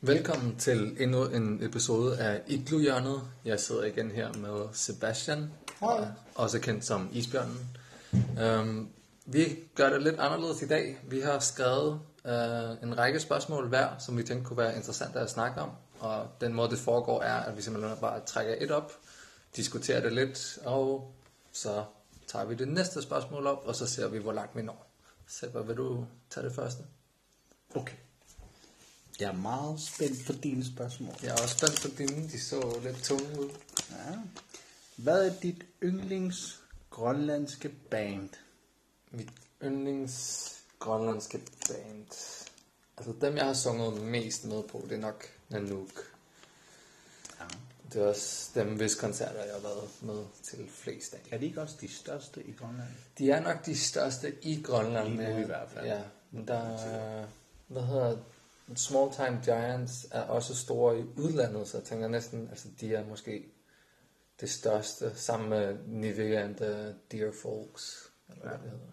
Velkommen til endnu en episode af Iglu-hjørnet. Jeg sidder igen her med Sebastian, også kendt som Isbjørnen. Vi gør det lidt anderledes i dag. Vi har skrevet en række spørgsmål hver, som vi tænkte kunne være interessante at snakke om. Og den måde det foregår er, at vi simpelthen bare trækker et op, diskuterer det lidt, og så tager vi det næste spørgsmål op, og så ser vi, hvor langt vi når. Sebba, vil du tage det første? Okay. Jeg er meget spændt på dine spørgsmål. Jeg er også spændt på dine. De så lidt tunge ud. Ja. Hvad er dit yndlings grønlandske band? Mit yndlings grønlandske band. Altså dem, jeg har sunget mest med på, det er nok Nanook. Ja. Det er også dem, hvis koncerter, jeg har været med til flest af. Er de ikke også de største i Grønland? De er nok de største i Grønland. Lige nu i hvert fald. Ja, men der er, Small Time Giants er også store i udlandet, så jeg tænker næsten, altså de er måske det største, sammen med Nivea and the Dear Folks, eller hvad det hedder.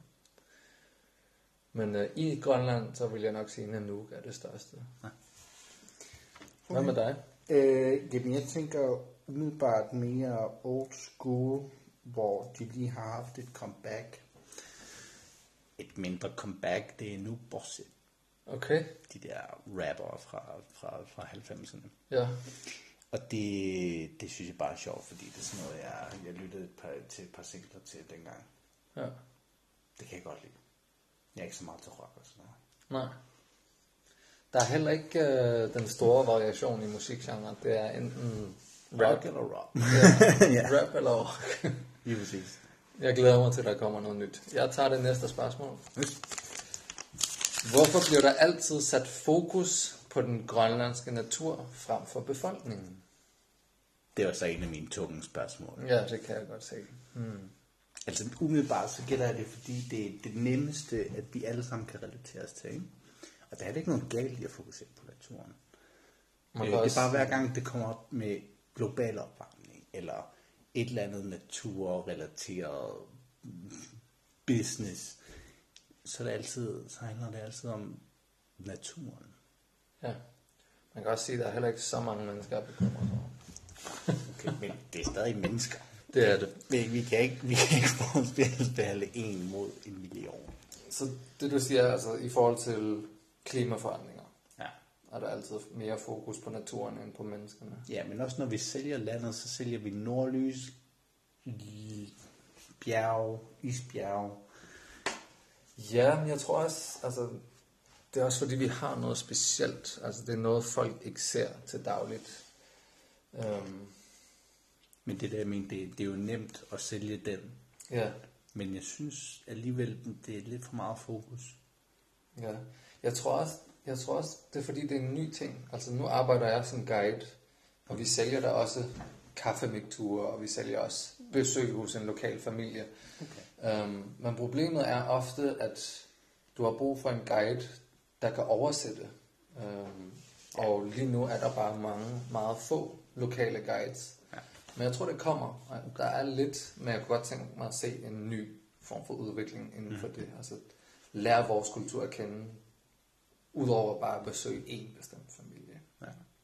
Men i Grønland, så vil jeg nok sige, at Nanook er det største. Ja. Hvad med dig? Jamen jeg tænker umiddelbart mere old school, hvor de lige har haft et comeback. Et mindre comeback, det er nu Bosset. Okay. De der rappere fra 90'erne. Ja. Og det synes jeg bare er sjovt, fordi det er sådan noget, jeg lyttede til et par singler til dengang. Ja. Det kan jeg godt lide. Jeg er ikke så meget til rock og sådan noget. Nej. Der er heller ikke den store variation i musikgenren. Det er enten Rock eller rock. Ja. Rap eller rock. Lige præcis. Jeg glæder mig til, at der kommer noget nyt. Jeg tager det næste spørgsmål. Hvorfor bliver der altid sat fokus på den grønlandske natur frem for befolkningen? Det er så en af mine tunge spørgsmål. Ja, det kan jeg godt se. Altså umiddelbart så gælder det, fordi det er det nemmeste, at vi alle sammen kan relatere os til. Ikke? Og der er ikke noget galt i at fokusere på naturen. Det er bare hver gang, det kommer op med global opvarmning, eller et eller andet naturrelateret business, så handler det altid om naturen. Ja. Man kan også sige, at der er heller ikke så mange mennesker, der bekymrer sig om. Okay, men det er stadig mennesker. Det er det. Vi kan ikke forholdsbehandle 1 mod 1 million. Så det du siger, altså i forhold til klimaforandringer, Ja. er der altid mere fokus på naturen end på menneskerne. Ja, men også når vi sælger landet, så sælger vi nordlys, bjerg, isbjerg. Ja, men jeg tror også, altså det er også fordi vi har noget specielt. Altså det er noget folk ikke ser til dagligt. Men det der, jeg mener, det er jo nemt at sælge den. Ja. Men jeg synes alligevel, det er lidt for meget fokus. Ja. Jeg tror også, det er fordi det er en ny ting. Altså nu arbejder jeg som guide, og vi sælger der også kaffemikturer, og vi sælger også besøg hos en lokal familie. Okay. Men problemet er ofte, at du har brug for en guide, der kan oversætte. Og lige nu er der bare meget få lokale guides. Ja. Men jeg tror, det kommer. Der er lidt, men jeg kunne godt tænke mig at se en ny form for udvikling inden for det. Altså lære vores kultur at kende, udover bare at besøge en bestemt familie. Ja.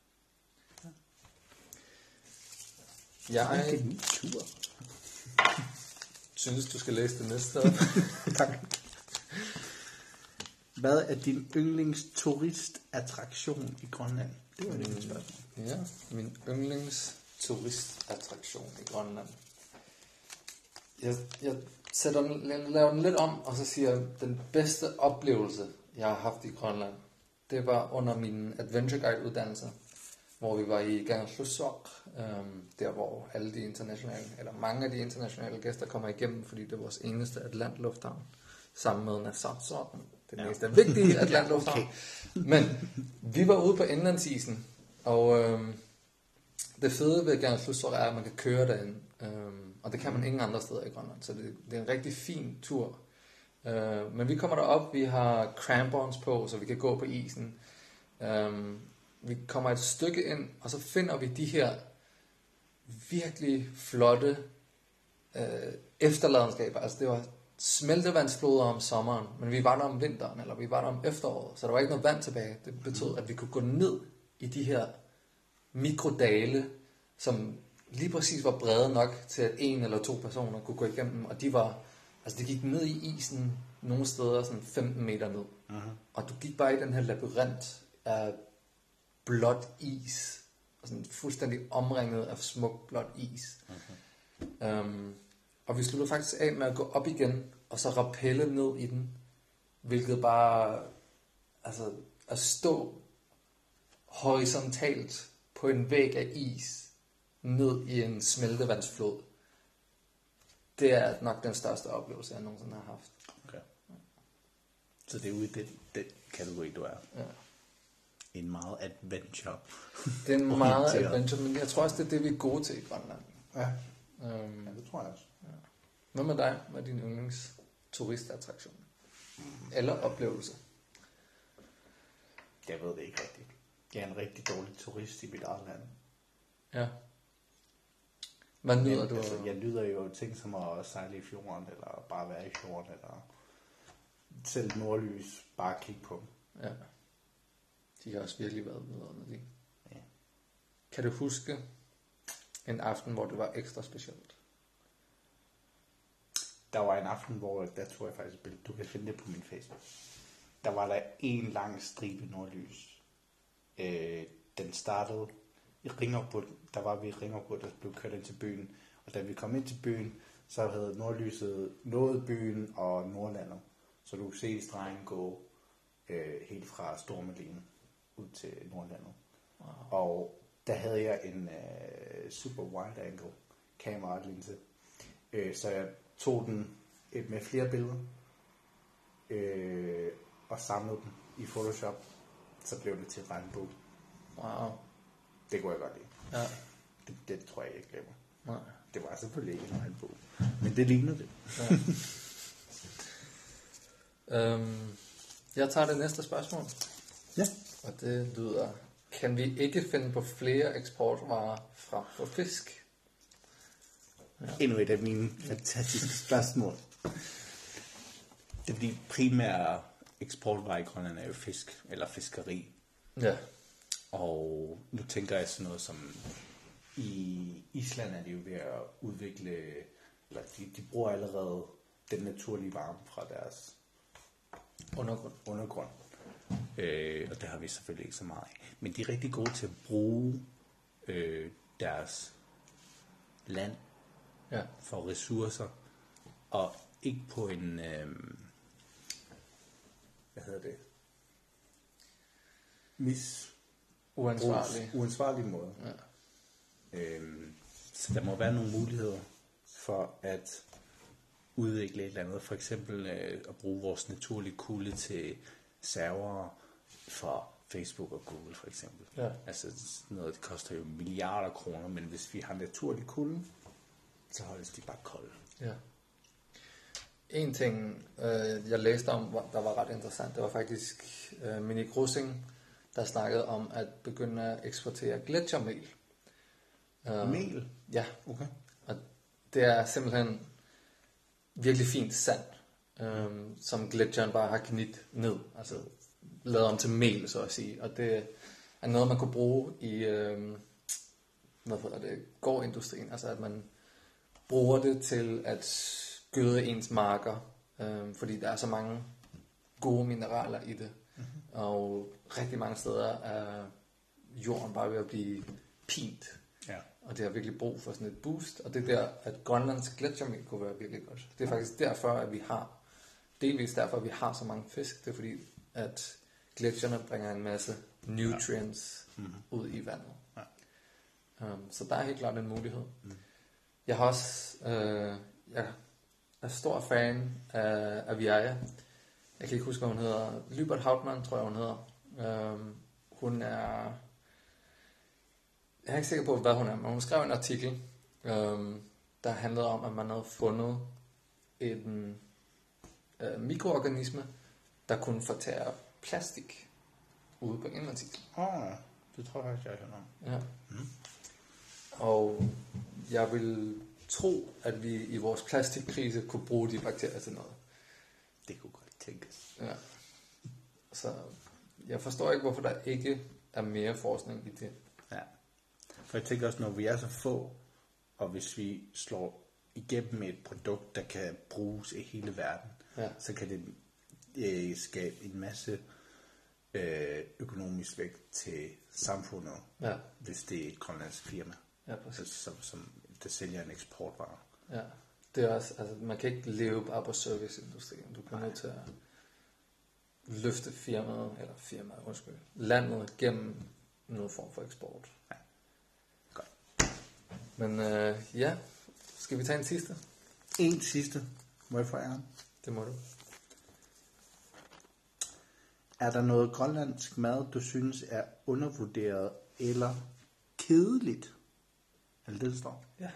Jeg synes, du skal læse det næste op. Tak. Hvad er din yndlings turistattraktion i Grønland? Det var det mit spørgsmål. Ja, min yndlings turistattraktion i Grønland. Jeg laver den lidt om, og så siger jeg, at den bedste oplevelse, jeg har haft i Grønland, det var under min Adventure Guide uddannelse, hvor vi var i Kangerlussuaq, der hvor alle de internationale, eller mange af de internationale gæster kommer igennem, fordi det er vores eneste Atlantlufthavn, sammen med Narsarsuaq, det mest vigtige Atlantlufthavn. Okay. Men vi var ude på indlandsisen, og det fede ved Kangerlussuaq er, at man kan køre derinde, og det kan man ingen andre steder i Grønland, så det er en rigtig fin tur. Men vi kommer derop, vi har crampons på, så vi kan gå på isen. Vi kommer et stykke ind, og så finder vi de her virkelig flotte efterladenskaber. Altså det var smeltevandsfloder om sommeren, men vi var der om vinteren, eller vi var der om efteråret, så der var ikke noget vand tilbage. Det betød, at vi kunne gå ned i de her mikrodale, som lige præcis var brede nok til, at en eller to personer kunne gå igennem, og de gik ned i isen nogle steder sådan 15 meter ned. Uh-huh. Og du gik bare i den her labyrint af blåt is, og sådan fuldstændig omringet af smuk blåt is. Uh-huh. Og vi sluttede faktisk af med at gå op igen, og så rappelle ned i den, hvilket bare, altså at stå horisontalt på en væg af is, ned i en smeltevandsflod, det er nok den største oplevelse, jeg nogensinde har haft. Okay. Så det er ude i den kategori, du er. Ja. En meget adventure. Det er en meget adventure, men jeg tror også, det er det, vi er gode til i Grønland. Ja, ja det tror jeg også. Ja. Hvad med dig? Hvad er din yndlings turistattraktion? Eller oplevelse? Jeg ved det ikke rigtigt. Jeg er en rigtig dårlig turist i mit eget land. Ja. Hvad nyder du? Altså, jeg nyder jo ting som at sejle i fjorden, eller bare være i fjorden, eller selv nordlys, bare kigge på dem. Ja. De har også virkelig været vidunderlige. Ja. Kan du huske en aften, hvor det var ekstra specielt? Der var en aften, hvor, der tror jeg faktisk, du kan finde det på min Facebook. Der var der en lang stribe nordlys. Den startede i Ringerbo, der var vi i Ringerbo, der blev kørt ind til byen. Og da vi kom ind til byen, så havde nordlyset nået byen og Nordlandet. Så du kunne se stregen gå helt fra Stormelien ud til Nordlandet. Wow. Og der havde jeg en super wide angle kameralinse. Så jeg tog den med flere billeder og samlede den i Photoshop. Så blev det til regnbue. Wow. Det kunne jeg godt lide. Ja. Det tror jeg ikke glemmer. Nej. Det var selvfølgelig ikke en regnbue. Men det lignede det. Ja. Jeg tager det næste spørgsmål. Ja. Og det lyder: kan vi ikke finde på flere eksportvarer frem for fisk? Ja. Endnu et af mine fantastiske spørgsmål. Det er fordi primære eksportvarer i Grønland er jo fisk, eller fiskeri. Ja. Og nu tænker jeg sådan noget som, i Island er de jo ved at udvikle, eller de bruger allerede den naturlige varme fra deres undergrund. Og det har vi selvfølgelig ikke så meget af. Men de er rigtig gode til at bruge deres land for ressourcer, og ikke på en, uansvarlig måde. Ja. Så der må være nogle muligheder for at udvikle et eller andet. For eksempel at bruge vores naturlige kulde til servere for Facebook og Google for eksempel. Ja. Altså noget, det koster jo milliarder kroner, men hvis vi har naturlig kulde, så holdes de bare kolde. Ja. En ting, jeg læste om, der var ret interessant, det var faktisk Minik Rosing, der snakkede om at begynde at eksportere gletsjermel. Mel? Ja. Okay. Og det er simpelthen virkelig fint sand, som gletsjeren bare har gnidt ned, altså lavet om til mel, så at sige. Og det er noget, man kunne bruge i gårdindustrien, altså at man bruger det til at gøde ens marker, fordi der er så mange gode mineraler i det. Mm-hmm. Og rigtig mange steder er jorden bare ved at blive pint. Ja. Og det har virkelig brug for sådan et boost. Og det er der, at Grønlands gletsjermel kunne være virkelig godt. Det er faktisk derfor, at vi har, delvis derfor, at vi har så mange fisk. Det er fordi, at gletsjerne bringer en masse nutrients ud i vandet. Ja. Så der er helt klart en mulighed. Mm. Jeg har også, jeg er stor fan af Aviaja. Jeg kan ikke huske, hvad hun hedder. Lybert Hauptmann, tror jeg, hun hedder. Hun er... Jeg er ikke sikker på, hvad hun er, men hun skrev en artikel, der handlede om, at man havde fundet en mikroorganisme, der kunne fortære plastik ude på indlandsisen. Det tror jeg, jeg har hørt om. Ja. Mm. Og jeg vil tro, at vi i vores plastikkrise kunne bruge de bakterier til noget. Det kunne godt tænkes. Ja. Så jeg forstår ikke, hvorfor der ikke er mere forskning i det. Ja. For jeg tænker også, når vi er så få, og hvis vi slår igennem et produkt, der kan bruges i hele verden, så kan det skabe en masse økonomisk vægt til samfundet, hvis det er et grønlandsk firma, som der sælger en eksportvare. Ja, det er også, altså man kan ikke leve bare på serviceindustrien. Du kan nødt til at løfte landet gennem noget form for eksport. Ja. Godt. Men skal vi tage en sidste? En sidste. Må jeg få æren? Det må du. Er der noget grønlandsk mad, du synes er undervurderet eller kedeligt? Er det det, står? Ja.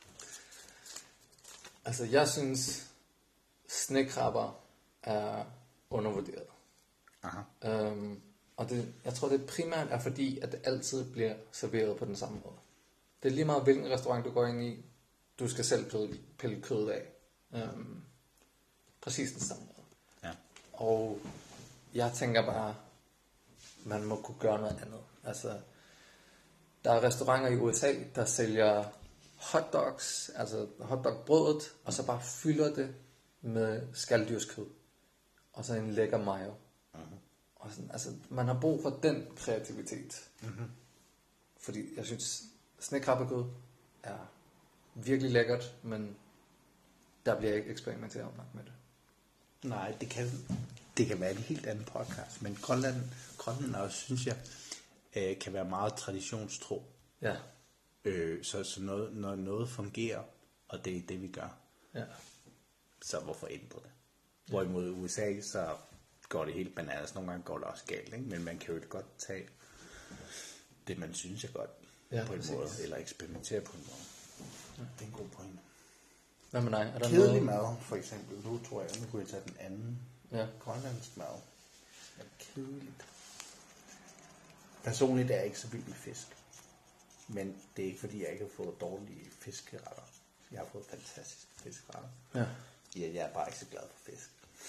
Altså, jeg synes, snekrabber er undervurderet. Aha. Og jeg tror, det primært er fordi, at det altid bliver serveret på den samme måde. Det er lige meget, hvilken restaurant du går ind i. Du skal selv pille kødet af. Præcis den samme måde. Ja. Og jeg tænker bare, man må kunne gøre noget andet. Altså, der er restauranter i USA, der sælger hotdogs, altså hotdogbrødet, og så bare fylder det med skaldyrskød. Og så en lækker mayo. Mm-hmm. Og sådan, altså, man har brug for den kreativitet. Mm-hmm. Fordi jeg synes, snekrabbekød er virkelig lækkert, men der bliver ikke eksperimenteret nok med det. Nej, det kan være en helt anden podcast, men Grønland også, synes jeg, kan være meget traditionstro. Ja. Så når noget fungerer, og det er det, vi gør, så hvorfor ændre det? Hvorimod USA, så går det helt bananas. Nogle gange går det også galt, ikke? Men man kan jo godt tage det, man synes er godt på en måde, eller eksperimentere på en måde. Ja. Det er en god pointe. Hvad med dig? Er der kedelig mad, for eksempel. Nu tror jeg, nu kunne jeg tage den anden. Ja. Grønlandsk mad. Ja, kedeligt. Personligt er jeg ikke så vild med fisk. Men det er ikke fordi, jeg ikke har fået dårlige fiskeretter. Jeg har fået fantastiske fiskeretter. Ja. Ja, jeg er bare ikke så glad for fisk.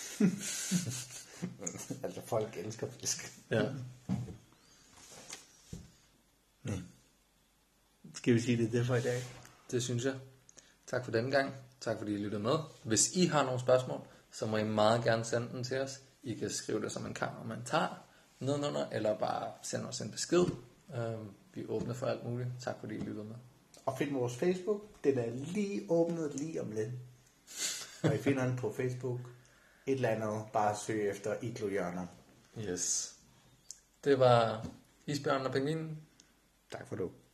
Altså, folk elsker fisk. Ja. Skal vi sige det for i dag? Det synes jeg. Tak for denne gang. Tak fordi I lyttede med. Hvis I har nogle spørgsmål, så må I meget gerne sende dem til os. I kan skrive det som en kommentar nedenunder, eller bare sende os en besked. Vi er åbne for alt muligt. Tak fordi I lyttede med. Og find vores Facebook. Den er lige åbnet lige om lidt. Og I finder den på Facebook. Et eller andet. Bare søg efter Iglo-hjørner. Yes. Det var Isbjørnen og Pingvinen. Tak for det.